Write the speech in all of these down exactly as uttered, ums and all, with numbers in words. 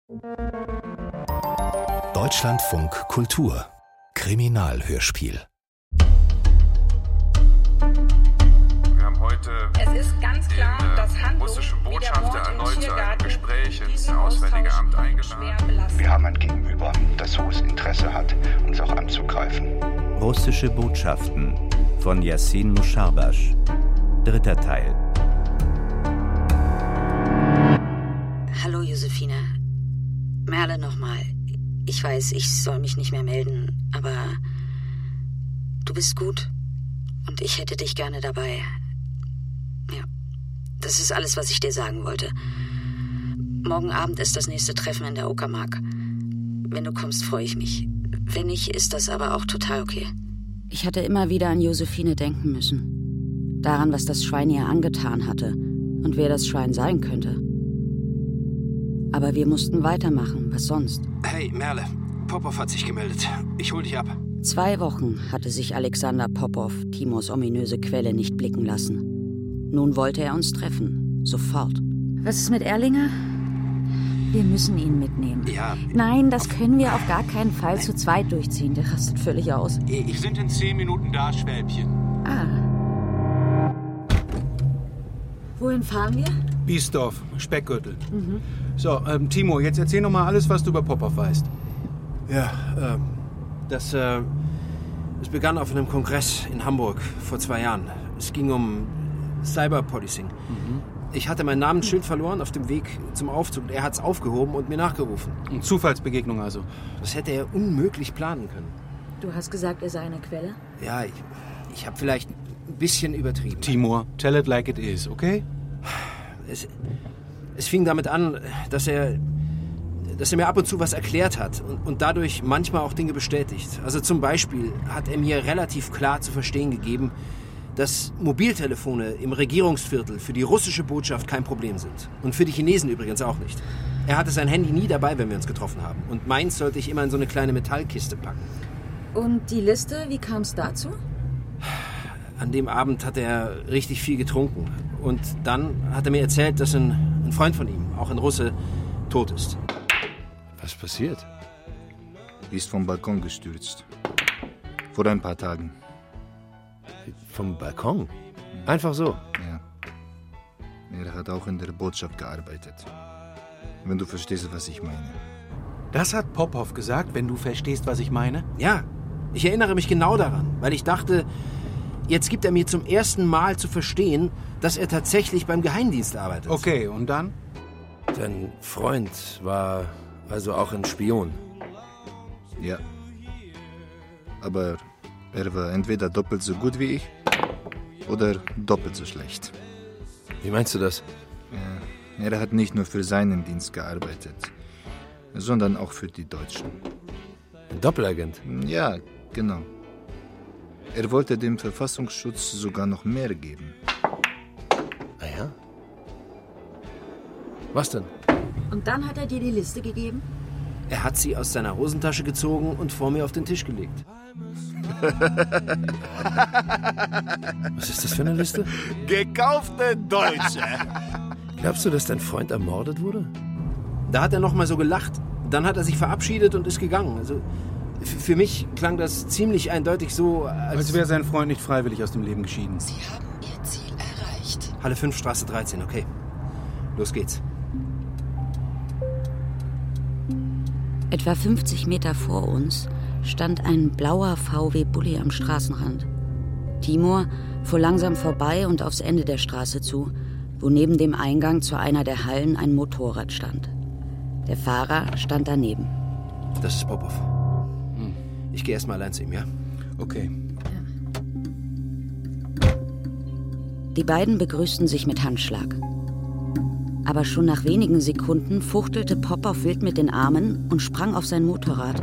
Deutschlandfunk Kultur Kriminalhörspiel. Wir haben heute es ist ganz klar, dass Handlungen russischen Botschafter erneut zu einem Gespräch ins diesen Auswärtige Amt Austausch eingeladen. Wir haben ein Gegenüber, das hohes Interesse hat, uns auch anzugreifen. Russische Botschaften von Yassin Musharbash. Dritter Teil. Hallo Josephine. Merle nochmal. Ich weiß, ich soll mich nicht mehr melden, aber du bist gut und ich hätte dich gerne dabei. Ja, das ist alles, was ich dir sagen wollte. Morgen Abend ist das nächste Treffen in der Uckermark. Wenn du kommst, freue ich mich. Wenn nicht, ist das aber auch total okay. Ich hatte immer wieder an Josephine denken müssen. Daran, was das Schwein ihr angetan hatte und wer das Schwein sein könnte. Aber wir mussten weitermachen, was sonst? Hey, Merle, Popov hat sich gemeldet. Ich hol dich ab. Zwei Wochen hatte sich Alexander Popov Timurs ominöse Quelle nicht blicken lassen. Nun wollte er uns treffen. Sofort. Was ist mit Erlinger? Wir müssen ihn mitnehmen. Ja. Nein, das können wir auf gar keinen Fall Nein. zu zweit durchziehen. Der rastet völlig aus. Ich sind in zehn Minuten da, Schwäbchen. Ah. Wohin fahren wir? Biesdorf, Speckgürtel. Mhm. So, ähm, Timo, jetzt erzähl noch mal alles, was du über Popov weißt. Ja, ähm, das, äh, es begann auf einem Kongress in Hamburg vor zwei Jahren. Es ging um Cyberpolicing. Mhm. Ich hatte mein Namensschild verloren auf dem Weg zum Aufzug. Er hat's aufgehoben und mir nachgerufen. Eine Zufallsbegegnung also? Das hätte er unmöglich planen können. Du hast gesagt, er sei eine Quelle? Ja, ich, ich habe vielleicht ein bisschen übertrieben. Timur, tell it like it is, okay? Es, es fing damit an, dass er, dass er mir ab und zu was erklärt hat und, und dadurch manchmal auch Dinge bestätigt. Also zum Beispiel hat er mir relativ klar zu verstehen gegeben, dass Mobiltelefone im Regierungsviertel für die russische Botschaft kein Problem sind. Und für die Chinesen übrigens auch nicht. Er hatte sein Handy nie dabei, wenn wir uns getroffen haben. Und meins sollte ich immer in so eine kleine Metallkiste packen. Und die Liste, wie kam es dazu? An dem Abend hat er richtig viel getrunken. Und dann hat er mir erzählt, dass ein, ein Freund von ihm, auch ein Russe, tot ist. Was passiert? Ist vom Balkon gestürzt. Vor ein paar Tagen. Vom Balkon? Einfach so? Ja. Er hat auch in der Botschaft gearbeitet. Wenn du verstehst, was ich meine. Das hat Popov gesagt, wenn du verstehst, was ich meine? Ja, ich erinnere mich genau daran, weil ich dachte, jetzt gibt er mir zum ersten Mal zu verstehen, dass er tatsächlich beim Geheimdienst arbeitet. Okay, und dann? Dein Freund war also auch ein Spion? Ja. Aber er war entweder doppelt so gut wie ich oder doppelt so schlecht. Wie meinst du das? Ja, er hat nicht nur für seinen Dienst gearbeitet, sondern auch für die Deutschen. Ein Doppelagent? Ja, genau. Er wollte dem Verfassungsschutz sogar noch mehr geben. Ah ja? Was denn? Und dann hat er dir die Liste gegeben? Er hat sie aus seiner Hosentasche gezogen und vor mir auf den Tisch gelegt. Was ist das für eine Liste? Gekaufte Deutsche. Glaubst du, dass dein Freund ermordet wurde? Da hat er noch mal so gelacht. Dann hat er sich verabschiedet und ist gegangen. Also f- für mich klang das ziemlich eindeutig so, als... Als wäre sein Freund nicht freiwillig aus dem Leben geschieden. Sie haben Ihr Ziel erreicht. Halle fünf, Straße dreizehn, okay. Los geht's. Etwa fünfzig Meter vor uns stand ein blauer V W Bulli am Straßenrand. Timur fuhr langsam vorbei und aufs Ende der Straße zu, wo neben dem Eingang zu einer der Hallen ein Motorrad stand. Der Fahrer stand daneben. Das ist Popov. Hm. Ich gehe erst mal allein zu ihm, ja? Okay. Die beiden begrüßten sich mit Handschlag. Aber schon nach wenigen Sekunden fuchtelte Popov wild mit den Armen und sprang auf sein Motorrad.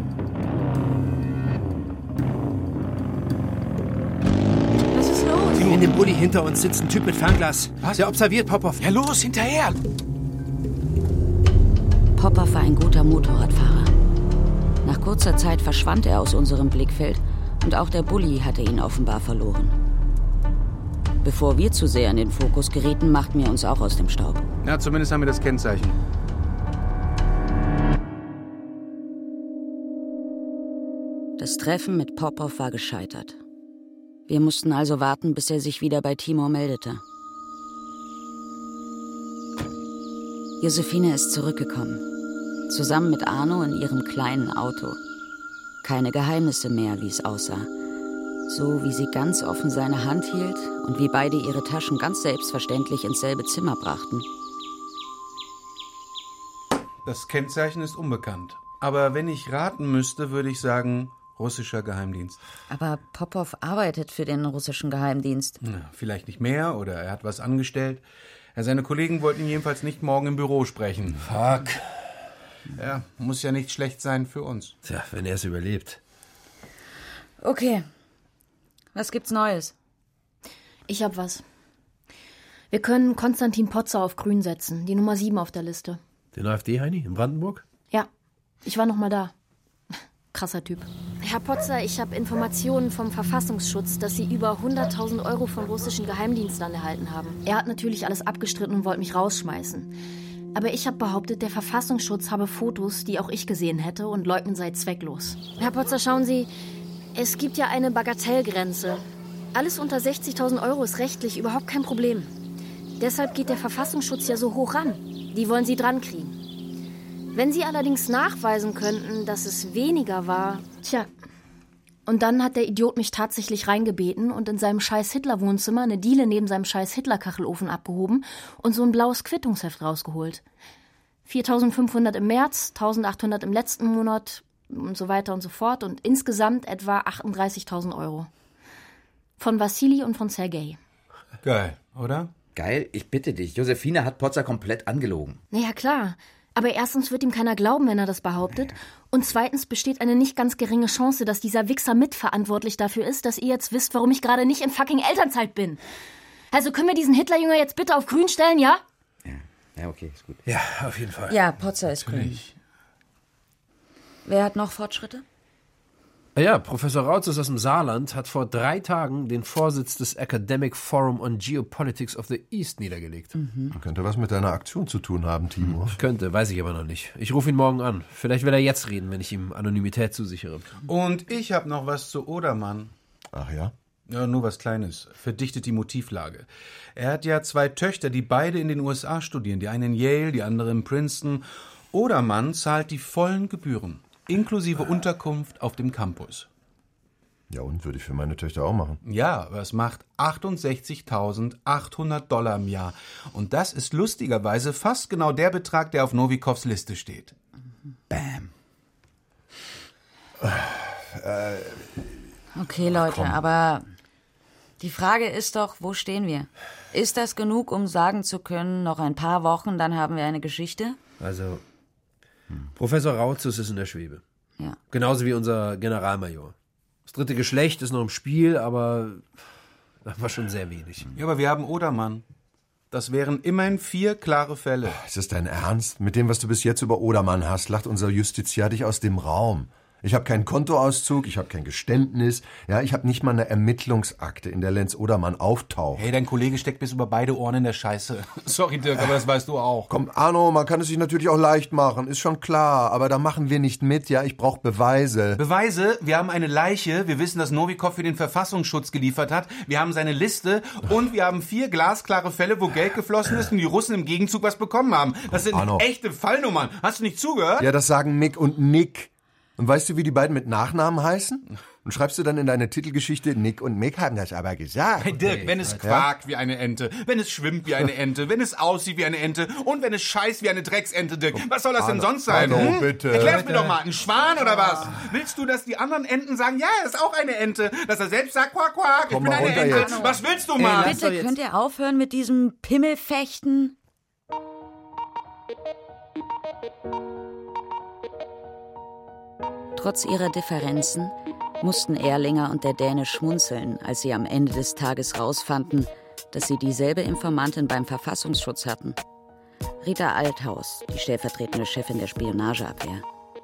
Was ist los? In dem Bulli hinter uns sitzt ein Typ mit Fernglas. Was? Der observiert Popov. Ja, los, hinterher! Popov war ein guter Motorradfahrer. Nach kurzer Zeit verschwand er aus unserem Blickfeld und auch der Bulli hatte ihn offenbar verloren. Bevor wir zu sehr in den Fokus gerieten, machten wir uns auch aus dem Staub. Na, zumindest haben wir das Kennzeichen. Das Treffen mit Popov war gescheitert. Wir mussten also warten, bis er sich wieder bei Timur meldete. Josephine ist zurückgekommen. Zusammen mit Arno in ihrem kleinen Auto. Keine Geheimnisse mehr, wie es aussah. So wie sie ganz offen seine Hand hielt und wie beide ihre Taschen ganz selbstverständlich ins selbe Zimmer brachten. Das Kennzeichen ist unbekannt. Aber wenn ich raten müsste, würde ich sagen, russischer Geheimdienst. Aber Popov arbeitet für den russischen Geheimdienst. Na, vielleicht nicht mehr oder er hat was angestellt. Ja, seine Kollegen wollten ihn jedenfalls nicht morgen im Büro sprechen. Fuck. Ja, muss ja nicht schlecht sein für uns. Tja, wenn er es überlebt. Okay. Was gibt's Neues? Ich hab was. Wir können Konstantin Potzer auf Grün setzen, die Nummer sieben auf der Liste. Den AfD-Heini in Brandenburg? Ja, ich war noch mal da. Krasser Typ. Herr Potzer, ich habe Informationen vom Verfassungsschutz, dass Sie über hunderttausend Euro von russischen Geheimdienstern erhalten haben. Er hat natürlich alles abgestritten und wollte mich rausschmeißen. Aber ich habe behauptet, der Verfassungsschutz habe Fotos, die auch ich gesehen hätte, und Leugnen sei zwecklos. Herr Potzer, schauen Sie, es gibt ja eine Bagatellgrenze. Alles unter sechzigtausend Euro ist rechtlich überhaupt kein Problem. Deshalb geht der Verfassungsschutz ja so hoch ran. Die wollen Sie dran kriegen. Wenn Sie allerdings nachweisen könnten, dass es weniger war... Tja, und dann hat der Idiot mich tatsächlich reingebeten und in seinem scheiß Hitler-Wohnzimmer eine Diele neben seinem scheiß Hitler-Kachelofen abgehoben und so ein blaues Quittungsheft rausgeholt. viertausendfünfhundert im März, eintausendachthundert im letzten Monat und so weiter und so fort und insgesamt etwa achtunddreißigtausend Euro. Von Wassili und von Sergei. Geil, oder? Geil, ich bitte dich. Josephine hat Potzer komplett angelogen. Naja, klar. Aber erstens wird ihm keiner glauben, wenn er das behauptet. Und zweitens besteht eine nicht ganz geringe Chance, dass dieser Wichser mitverantwortlich dafür ist, dass ihr jetzt wisst, warum ich gerade nicht in fucking Elternzeit bin. Also können wir diesen Hitlerjünger jetzt bitte auf Grün stellen, ja? Ja, ja, okay, ist gut. Ja, auf jeden Fall. Ja, Potzer ist grün. Wer hat noch Fortschritte? Ja, Professor Rautzes aus dem Saarland hat vor drei Tagen den Vorsitz des Academic Forum on Geopolitics of the East niedergelegt. Mhm. Könnte was mit deiner Aktion zu tun haben, Timur. Könnte, weiß ich aber noch nicht. Ich rufe ihn morgen an. Vielleicht will er jetzt reden, wenn ich ihm Anonymität zusichere. Und ich habe noch was zu Odermann. Ach ja? Ja, nur was Kleines. Verdichtet die Motivlage. Er hat ja zwei Töchter, die beide in den U S A studieren. Die eine in Yale, die andere in Princeton. Odermann zahlt die vollen Gebühren. Inklusive Unterkunft auf dem Campus. Ja, und würde ich für meine Töchter auch machen. Ja, aber es macht achtundsechzigtausendachthundert Dollar im Jahr. Und das ist lustigerweise fast genau der Betrag, der auf Novikovs Liste steht. Bam. Äh, okay, Leute, komm. aber die Frage ist doch, wo stehen wir? Ist das genug, um sagen zu können, noch ein paar Wochen, dann haben wir eine Geschichte? Also... Professor Rautzes ist in der Schwebe. Ja. Genauso wie unser Generalmajor. Das dritte Geschlecht ist noch im Spiel, aber das war schon sehr wenig. Ja, aber wir haben Odermann. Das wären immerhin vier klare Fälle. Ist das dein Ernst? Mit dem, was du bis jetzt über Odermann hast, lacht unser Justiziar dich aus dem Raum. Ich habe keinen Kontoauszug, ich habe kein Geständnis, ja, ich habe nicht mal eine Ermittlungsakte, in der Lenz Odermann auftaucht. Hey, dein Kollege steckt bis über beide Ohren in der Scheiße. Sorry, Dirk, aber das weißt du auch. Komm, Arno, man kann es sich natürlich auch leicht machen, ist schon klar, aber da machen wir nicht mit, ja, ich brauche Beweise. Beweise? Wir haben eine Leiche, wir wissen, dass Novikov für den Verfassungsschutz geliefert hat, wir haben seine Liste und wir haben vier glasklare Fälle, wo Geld geflossen ist und die Russen im Gegenzug was bekommen haben. Das sind Arno. echte Fallnummern. Hast du nicht zugehört? Ja, das sagen Mick und Nick. Und weißt du, wie die beiden mit Nachnamen heißen? Und schreibst du dann in deine Titelgeschichte, Nick und Mick haben das aber gesagt. Hey Dirk, wenn es quakt wie eine Ente, wenn es schwimmt wie eine Ente, wenn es aussieht wie eine Ente und wenn es scheißt wie eine Drecksente, Dirk, was soll das denn sonst sein? Arno, hm? bitte. Erklär's mir doch mal, ein Schwan oder was? Willst du, dass die anderen Enten sagen, ja, er ist auch eine Ente, dass er selbst sagt, quack, quack, ich Komm bin mal eine runter Ente. jetzt. Was willst du mal? Ey, bitte, könnt ihr aufhören mit diesem Pimmelfechten? Trotz ihrer Differenzen mussten Erlinger und der Däne schmunzeln, als sie am Ende des Tages rausfanden, dass sie dieselbe Informantin beim Verfassungsschutz hatten. Rita Althaus, die stellvertretende Chefin der Spionageabwehr.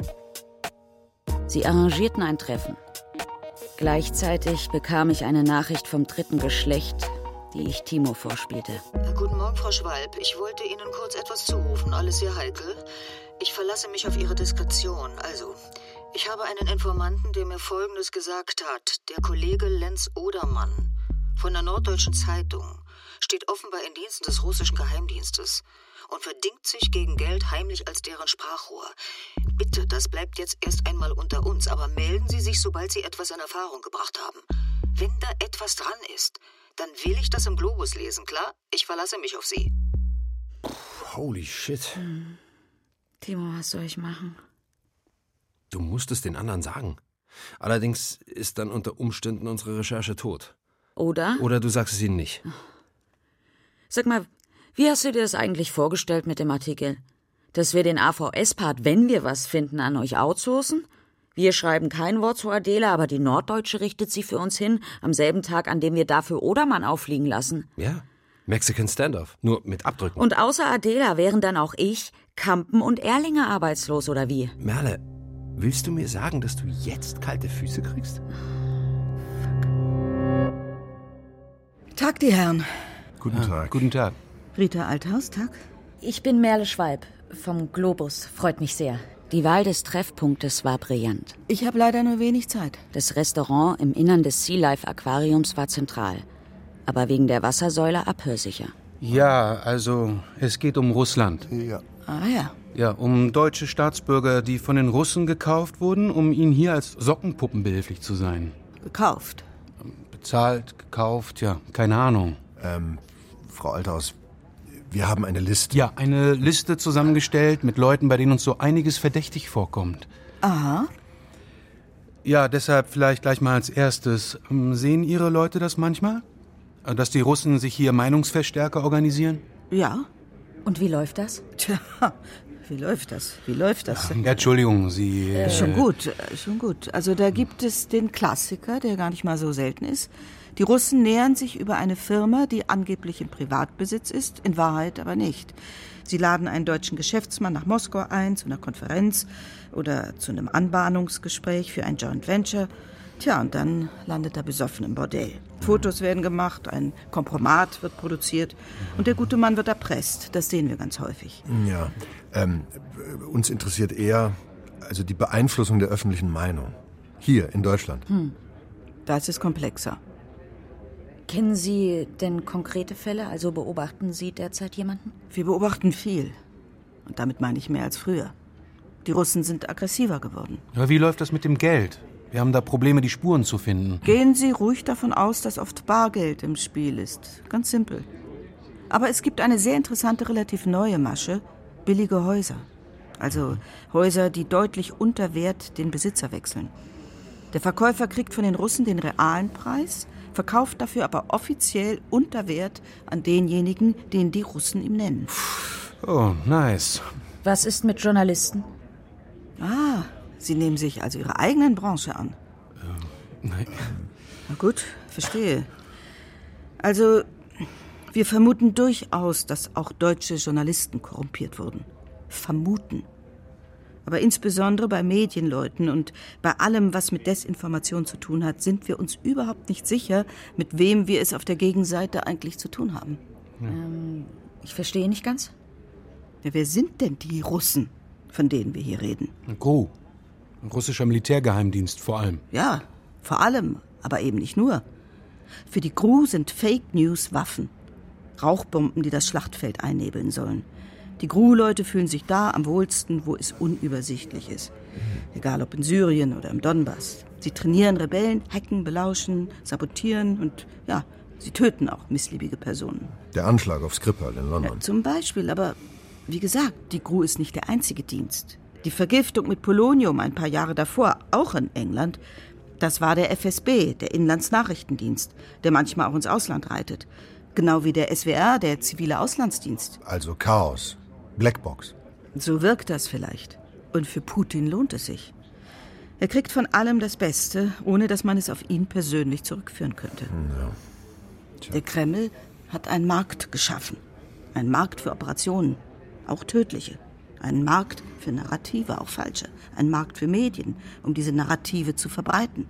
Sie arrangierten ein Treffen. Gleichzeitig bekam ich eine Nachricht vom dritten Geschlecht, die ich Timo vorspielte. Guten Morgen, Frau Schwalb. Ich wollte Ihnen kurz etwas zurufen. Alles sehr heikel. Ich verlasse mich auf Ihre Diskretion. Also, ich habe einen Informanten, der mir Folgendes gesagt hat. Der Kollege Lenz Odermann von der Norddeutschen Zeitung steht offenbar in Diensten des russischen Geheimdienstes und verdingt sich gegen Geld heimlich als deren Sprachrohr. Bitte, das bleibt jetzt erst einmal unter uns, aber melden Sie sich, sobald Sie etwas in Erfahrung gebracht haben. Wenn da etwas dran ist, dann will ich das im Globus lesen, klar? Ich verlasse mich auf Sie. Puh, holy shit. Hm. Timo, was soll ich machen? Du musst es den anderen sagen. Allerdings ist dann unter Umständen unsere Recherche tot. Oder? Oder du sagst es ihnen nicht. Sag mal, wie hast du dir das eigentlich vorgestellt mit dem Artikel? Dass wir den A V S-Part, wenn wir was finden, an euch outsourcen? Wir schreiben kein Wort zu Adela, aber die Norddeutsche richtet sie für uns hin, am selben Tag, an dem wir dafür Odermann auffliegen lassen. Ja, Mexican Standoff, nur mit Abdrücken. Und außer Adela wären dann auch ich, Kampen und Erlinger arbeitslos, oder wie? Merle, willst du mir sagen, dass du jetzt kalte Füße kriegst? Tag, die Herren. Guten ah, Tag. Guten Tag. Rita Althaus, Tag. Ich bin Merle Schwalb vom Globus. Freut mich sehr. Die Wahl des Treffpunktes war brillant. Ich habe leider nur wenig Zeit. Das Restaurant im Innern des Sea Life Aquariums war zentral, aber wegen der Wassersäule abhörsicher. Ja, also es geht um Russland. Ja. Ah ja. Ja, um deutsche Staatsbürger, die von den Russen gekauft wurden, um ihnen hier als Sockenpuppen behilflich zu sein. Gekauft? Bezahlt, gekauft, ja, keine Ahnung. Ähm, Frau Althaus, wir haben eine Liste. Ja, eine Liste zusammengestellt mit Leuten, bei denen uns so einiges verdächtig vorkommt. Aha. Ja, deshalb vielleicht gleich mal als erstes. Sehen Ihre Leute das manchmal? Dass die Russen sich hier Meinungsverstärker organisieren? Ja. Und wie läuft das? Tja, wie läuft das? Wie läuft das? Ja, Entschuldigung, Sie... Äh, schon gut, schon gut. Also da gibt es den Klassiker, der gar nicht mal so selten ist. Die Russen nähern sich über eine Firma, die angeblich im Privatbesitz ist, in Wahrheit aber nicht. Sie laden einen deutschen Geschäftsmann nach Moskau ein, zu einer Konferenz oder zu einem Anbahnungsgespräch für ein Joint Venture. Tja, und dann landet er besoffen im Bordell. Fotos werden gemacht, ein Kompromat wird produziert und der gute Mann wird erpresst. Das sehen wir ganz häufig. Ja, ähm, uns interessiert eher also die Beeinflussung der öffentlichen Meinung. Hier in Deutschland. Hm. Da ist es komplexer. Kennen Sie denn konkrete Fälle? Also beobachten Sie derzeit jemanden? Wir beobachten viel. Und damit meine ich mehr als früher. Die Russen sind aggressiver geworden. Aber wie läuft das mit dem Geld? Wir haben da Probleme, die Spuren zu finden. Gehen Sie ruhig davon aus, dass oft Bargeld im Spiel ist. Ganz simpel. Aber es gibt eine sehr interessante, relativ neue Masche. Billige Häuser. Also Häuser, die deutlich unter Wert den Besitzer wechseln. Der Verkäufer kriegt von den Russen den realen Preis, verkauft dafür aber offiziell unter Wert an denjenigen, den die Russen ihm nennen. Oh, nice. Was ist mit Journalisten? Ah, Sie nehmen sich also Ihre eigenen Branche an. Ähm, nein. Na gut, verstehe. Also, wir vermuten durchaus, dass auch deutsche Journalisten korrumpiert wurden. Vermuten. Aber insbesondere bei Medienleuten und bei allem, was mit Desinformation zu tun hat, sind wir uns überhaupt nicht sicher, mit wem wir es auf der Gegenseite eigentlich zu tun haben. Ja. Ähm, ich verstehe nicht ganz. Ja, wer sind denn die Russen, von denen wir hier reden? G R U. Russischer Militärgeheimdienst vor allem. Ja, vor allem, aber eben nicht nur. Für die G R U sind Fake News Waffen. Rauchbomben, die das Schlachtfeld einnebeln sollen. Die G R U-Leute fühlen sich da am wohlsten, wo es unübersichtlich ist. Egal ob in Syrien oder im Donbass. Sie trainieren Rebellen, hacken, belauschen, sabotieren und ja, sie töten auch missliebige Personen. Der Anschlag auf Skripal in London. Ja, zum Beispiel, aber wie gesagt, die G R U ist nicht der einzige Dienst. Die Vergiftung mit Polonium ein paar Jahre davor, auch in England, das war der F S B, der Inlandsnachrichtendienst, der manchmal auch ins Ausland reitet. Genau wie der S W R, der zivile Auslandsdienst. Also Chaos. Blackbox. So wirkt das vielleicht. Und für Putin lohnt es sich. Er kriegt von allem das Beste, ohne dass man es auf ihn persönlich zurückführen könnte. Ja. Der Kreml hat einen Markt geschaffen. Einen Markt für Operationen, auch tödliche. Einen Markt für Narrative, auch falsche. Einen Markt für Medien, um diese Narrative zu verbreiten.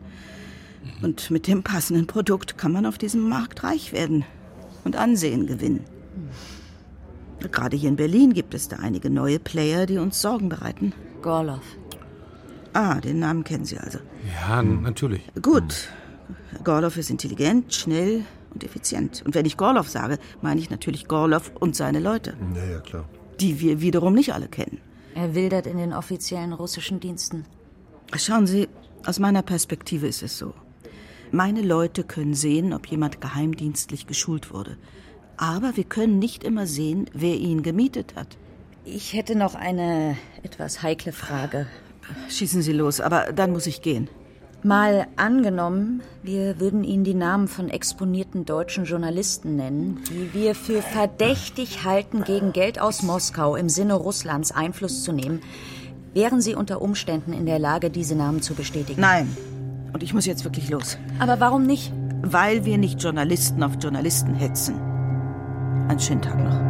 Und mit dem passenden Produkt kann man auf diesem Markt reich werden und Ansehen gewinnen. Gerade hier in Berlin gibt es da einige neue Player, die uns Sorgen bereiten. Gorlov. Ah, den Namen kennen Sie also. Ja, natürlich. Gut. Gorlov ist intelligent, schnell und effizient. Und wenn ich Gorlov sage, meine ich natürlich Gorlov und seine Leute. Ja, ja, klar. Die wir wiederum nicht alle kennen. Er wildert in den offiziellen russischen Diensten. Schauen Sie, aus meiner Perspektive ist es so. Meine Leute können sehen, ob jemand geheimdienstlich geschult wurde. Aber wir können nicht immer sehen, wer ihn gemietet hat. Ich hätte noch eine etwas heikle Frage. Schießen Sie los, aber dann muss ich gehen. Mal angenommen, wir würden Ihnen die Namen von exponierten deutschen Journalisten nennen, die wir für verdächtig halten, gegen Geld aus Moskau im Sinne Russlands Einfluss zu nehmen. Wären Sie unter Umständen in der Lage, diese Namen zu bestätigen? Nein. Und ich muss jetzt wirklich los. Aber warum nicht? Weil wir nicht Journalisten auf Journalisten hetzen. Einen schönen Tag noch.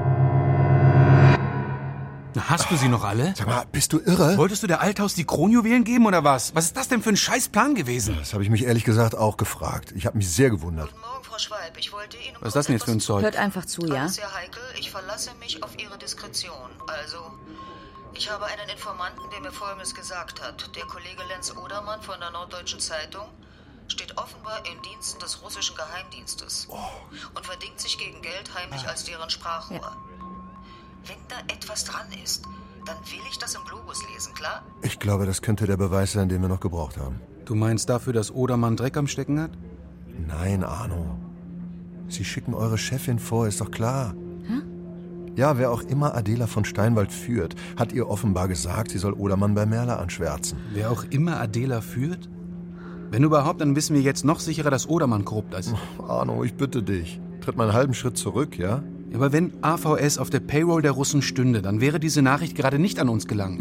Hast du sie noch alle? Sag mal, bist du irre? Wolltest du der Althaus die Kronjuwelen geben oder was? Was ist das denn für ein Scheißplan gewesen? Das habe ich mich ehrlich gesagt auch gefragt. Ich habe mich sehr gewundert. Guten Morgen, Frau Schwalb. Ich wollte Ihnen Was ist das denn jetzt für ein Zeug? Hört einfach zu, ja? Alles sehr heikel. Ich verlasse mich auf Ihre Diskretion. Also, ich habe einen Informanten, der mir Folgendes gesagt hat. Der Kollege Lenz Odermann von der Norddeutschen Zeitung steht offenbar in Diensten des russischen Geheimdienstes oh. und verdingt sich gegen Geld heimlich als deren Sprachrohr. Ja. Wenn da etwas dran ist, dann will ich das im Globus lesen, klar? Ich glaube, das könnte der Beweis sein, den wir noch gebraucht haben. Du meinst dafür, dass Odermann Dreck am Stecken hat? Nein, Arno. Sie schicken eure Chefin vor, ist doch klar. Hä? Ja, wer auch immer Adela von Steinwald führt, hat ihr offenbar gesagt, sie soll Odermann bei Merle anschwärzen. Wer auch immer Adela führt? Wenn überhaupt, dann wissen wir jetzt noch sicherer, dass Odermann korrupt ist. Oh, Arno, ich bitte dich. Tritt mal einen halben Schritt zurück, ja? Aber wenn A V S auf der Payroll der Russen stünde, dann wäre diese Nachricht gerade nicht an uns gelangt.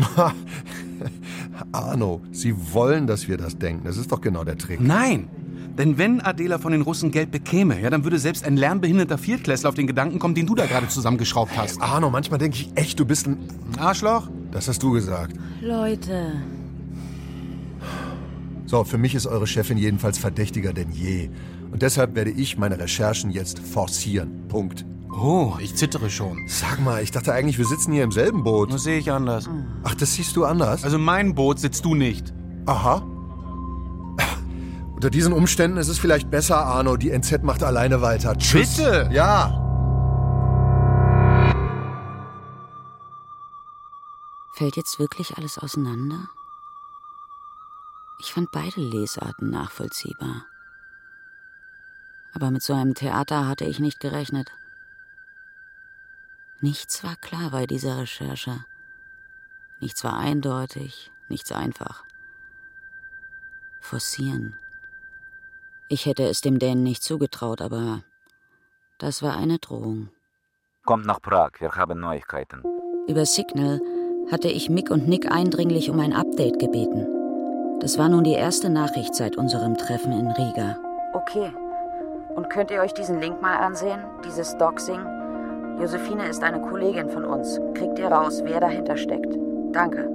Arno, Sie wollen, dass wir das denken. Das ist doch genau der Trick. Nein! Denn wenn Adela von den Russen Geld bekäme, ja, dann würde selbst ein lernbehinderter Viertklässler auf den Gedanken kommen, den du da gerade zusammengeschraubt hast. Hey, Arno, manchmal denke ich echt, du bist ein Arschloch. Das hast du gesagt. Leute. So, für mich ist eure Chefin jedenfalls verdächtiger denn je. Und deshalb werde ich meine Recherchen jetzt forcieren. Punkt. Oh, ich zittere schon. Sag mal, ich dachte eigentlich, wir sitzen hier im selben Boot. Das sehe ich anders. Ach, das siehst du anders? Also mein Boot sitzt du nicht. Aha. Unter diesen Umständen ist es vielleicht besser, Arno. Die N Z macht alleine weiter. Tschüss. Bitte? Ja. Fällt jetzt wirklich alles auseinander? Ich fand beide Lesarten nachvollziehbar. Aber mit so einem Theater hatte ich nicht gerechnet. Nichts war klar bei dieser Recherche. Nichts war eindeutig, nichts einfach. Forcieren. Ich hätte es dem Dänen nicht zugetraut, aber das war eine Drohung. Kommt nach Prag, wir haben Neuigkeiten. Über Signal hatte ich Mick und Nick eindringlich um ein Update gebeten. Das war nun die erste Nachricht seit unserem Treffen in Riga. Okay. Und könnt ihr euch diesen Link mal ansehen? Dieses Doxing? Josephine ist eine Kollegin von uns. Kriegt ihr raus, wer dahinter steckt. Danke.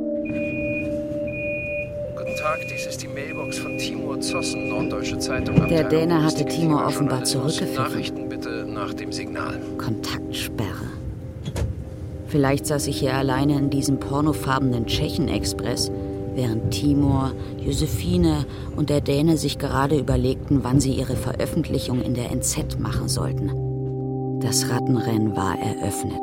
Guten Tag, dies ist die Mailbox von Timur Zossen, Norddeutsche Zeitung. Der Däne hatte Timur offenbar zurückgepfiffen. Nachrichten bitte nach dem Signal. Kontaktsperre. Vielleicht saß ich hier alleine in diesem pornofarbenen Tschechen-Express, während Timur, Josephine und der Däne sich gerade überlegten, wann sie ihre Veröffentlichung in der N Z machen sollten. Das Rattenrennen war eröffnet.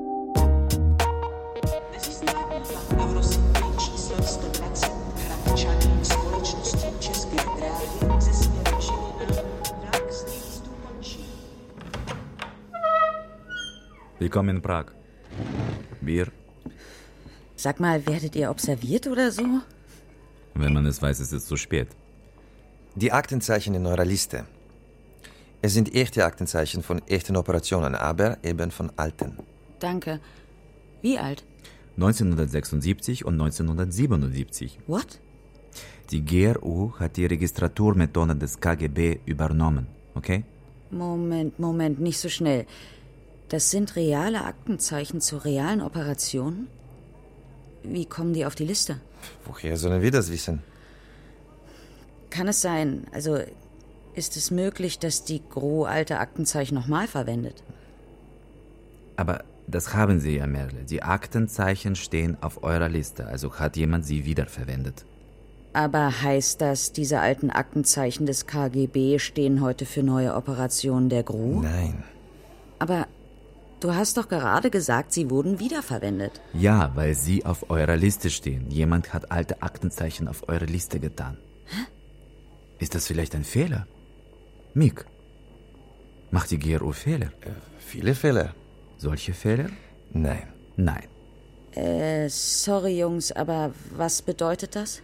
Willkommen in Prag. Bier? Sag mal, werdet ihr observiert oder so? Wenn man es weiß, ist es zu spät. Die Aktenzeichen in eurer Liste. Es sind echte Aktenzeichen von echten Operationen, aber eben von alten. Danke. Wie alt? neunzehnhundertsechsundsiebzig und neunzehnhundertsiebenundsiebzig. What? Die G R U hat die Registraturmethode des K G B übernommen, okay? Moment, Moment, nicht so schnell. Das sind reale Aktenzeichen zu realen Operationen? Wie kommen die auf die Liste? Woher sollen wir das wissen? Kann es sein, also ist es möglich, dass die G R U alte Aktenzeichen nochmal verwendet? Aber Das haben Sie ja, Merle. Die Aktenzeichen stehen auf eurer Liste, also hat jemand sie wiederverwendet. Aber heißt das, diese alten Aktenzeichen des K G B stehen heute für neue Operationen der G R U? Nein. Aber du hast doch gerade gesagt, sie wurden wiederverwendet. Ja, weil sie auf eurer Liste stehen. Jemand hat alte Aktenzeichen auf eure Liste getan. Hä? Ist das vielleicht ein Fehler? Mick, macht die G R U Fehler? Äh, viele Fehler. Solche Fehler? Nein. Nein. Äh, sorry, Jungs, aber was bedeutet das?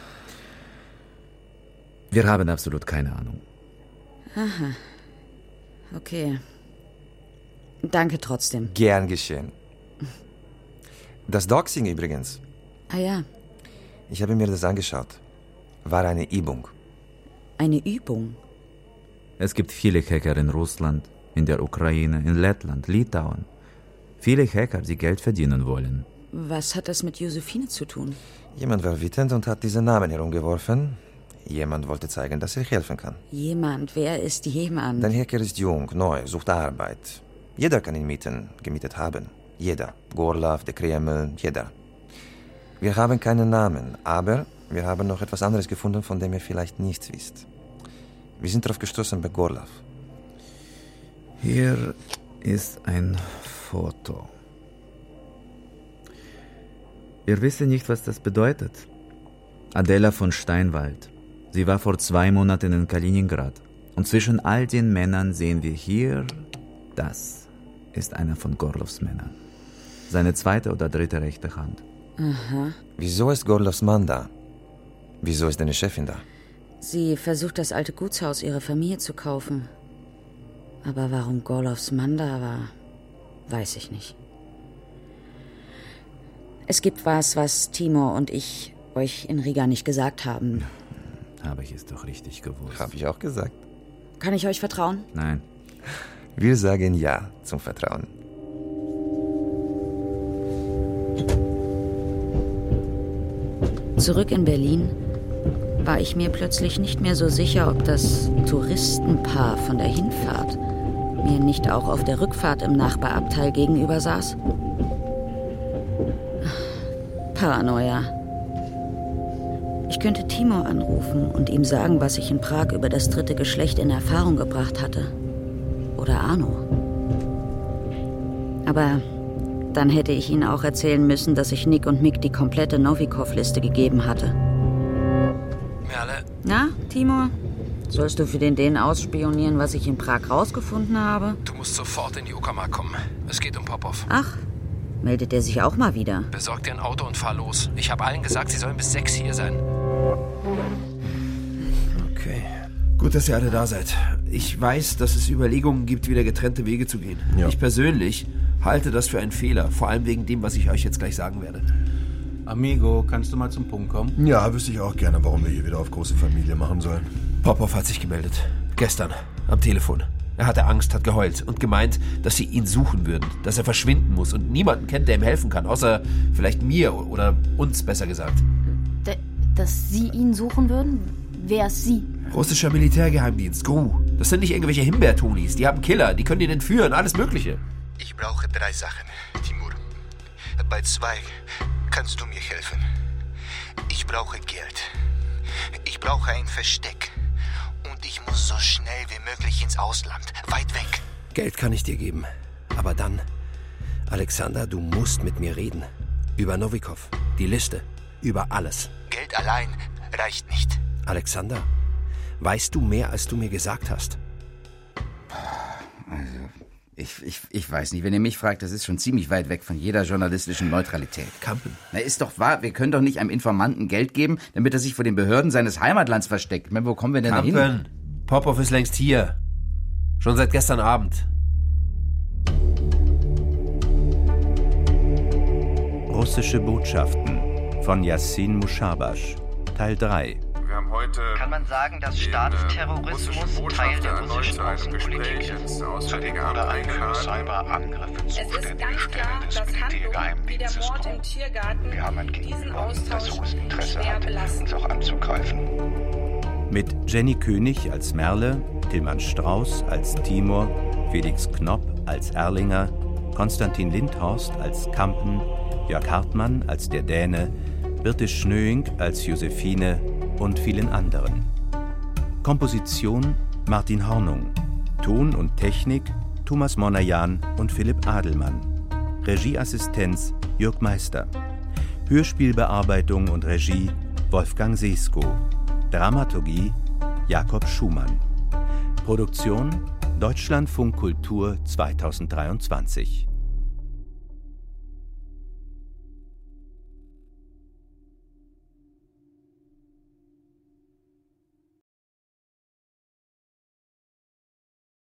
Wir haben absolut keine Ahnung. Aha. Okay. Danke trotzdem. Gern geschehen. Das Doxing übrigens. Ah ja. Ich habe mir das angeschaut. War eine Übung. Eine Übung? Es gibt viele Hacker in Russland, in der Ukraine, in Lettland, Litauen. Viele Hacker, die Geld verdienen wollen. Was hat das mit Josephine zu tun? Jemand war wütend und hat diesen Namen herumgeworfen. Jemand wollte zeigen, dass er helfen kann. Jemand? Wer ist jemand? Der Hacker ist jung, neu, sucht Arbeit. Jeder kann ihn mieten, gemietet haben. Jeder. Gorlav, der Kreml, jeder. Wir haben keinen Namen, aber wir haben noch etwas anderes gefunden, von dem ihr vielleicht nichts wisst. Wir sind darauf gestoßen bei Gorlav. Hier ist ein Foto. Ihr wisst nicht, was das bedeutet. Adela von Steinwald. Sie war vor zwei Monaten in Kaliningrad. Und zwischen all den Männern sehen wir hier, das ist einer von Gorlovs Männern. Seine zweite oder dritte rechte Hand. Aha. Wieso ist Gorlovs Mann da? Wieso ist deine Chefin da? Sie versucht, das alte Gutshaus ihrer Familie zu kaufen. Aber warum Gorlovs Mann da war, weiß ich nicht. Es gibt was, was Timur und ich euch in Riga nicht gesagt haben. Habe ich es doch richtig gewusst. Habe ich auch gesagt. Kann ich euch vertrauen? Nein. Wir sagen Ja zum Vertrauen. Zurück in Berlin war ich mir plötzlich nicht mehr so sicher, ob das Touristenpaar von der Hinfahrt mir nicht auch auf der Rückfahrt im Nachbarabteil gegenüber saß. Paranoia. Ich könnte Timur anrufen und ihm sagen, was ich in Prag über das dritte Geschlecht in Erfahrung gebracht hatte. Oder Arno. Aber dann hätte ich ihnen auch erzählen müssen, dass ich Nick und Mick die komplette Novikov-Liste gegeben hatte. Merle? Na, Timur? Sollst du für den Dänen ausspionieren, was ich in Prag rausgefunden habe? Du musst sofort in die Uckermark kommen. Es geht um Popov. Ach, meldet er sich auch mal wieder? Besorg dir ein Auto und fahr los. Ich habe allen gesagt, sie sollen bis sechs hier sein. Okay. Gut, dass ihr alle da seid. Ich weiß, dass es Überlegungen gibt, wieder getrennte Wege zu gehen. Ja. Ich persönlich halte das für einen Fehler. Vor allem wegen dem, was ich euch jetzt gleich sagen werde. Amigo, kannst du mal zum Punkt kommen? Ja, wüsste ich auch gerne, warum wir hier wieder auf große Familie machen sollen. Popov hat sich gemeldet. Gestern. Am Telefon. Er hatte Angst, hat geheult und gemeint, dass sie ihn suchen würden. Dass er verschwinden muss und niemanden kennt, der ihm helfen kann. Außer vielleicht mir oder uns, besser gesagt. D- dass Sie ihn suchen würden? Wer ist Sie? Russischer Militärgeheimdienst, G R U. Das sind nicht irgendwelche Himbeertonis. Die haben Killer, die können ihn entführen, alles Mögliche. Ich brauche drei Sachen, Timur. Bei zwei kannst du mir helfen. Ich brauche Geld. Ich brauche ein Versteck. Und ich muss so schnell wie möglich ins Ausland. Weit weg. Geld kann ich dir geben. Aber dann, Alexander, du musst mit mir reden. Über Novikov, die Liste, über alles. Geld allein reicht nicht. Alexander, weißt du mehr, als du mir gesagt hast? Also, ich, ich, ich weiß nicht. Wenn ihr mich fragt, das ist schon ziemlich weit weg von jeder journalistischen Neutralität. Kampen. Na, ist doch wahr. Wir können doch nicht einem Informanten Geld geben, damit er sich vor den Behörden seines Heimatlands versteckt. Ich meine, wo kommen wir denn da hin? Kampen, Popov ist längst hier. Schon seit gestern Abend. Russische Botschaften von Yassin Mushabash. Teil drei. Wir haben heute Kann man sagen, dass Staatsterrorismus Teil der russischen Außenpolitik ist? Zudem wurde ein Cyberangriffe Es ist ganz klar, dass Handlungen wie der Mord im Tiergarten Wir haben ein diesen Gegenüber, das Austausch hohes Interesse schwer hat, belasten. uns auch anzugreifen. Mit Jenny König als Merle, Tilman Strauß als Timur, Felix Knopp als Erlinger, Konstantin Lindhorst als Kampen, Jörg Hartmann als der Däne, Birte Schnöing als Josephine und vielen anderen. Komposition Martin Hornung, Ton und Technik Thomas Monajan und Philipp Adelmann, Regieassistenz Jörg Meister, Hörspielbearbeitung und Regie Wolfgang Seesko, Dramaturgie Jakob Schumann. Produktion Deutschlandfunk Kultur zweitausenddreiundzwanzig.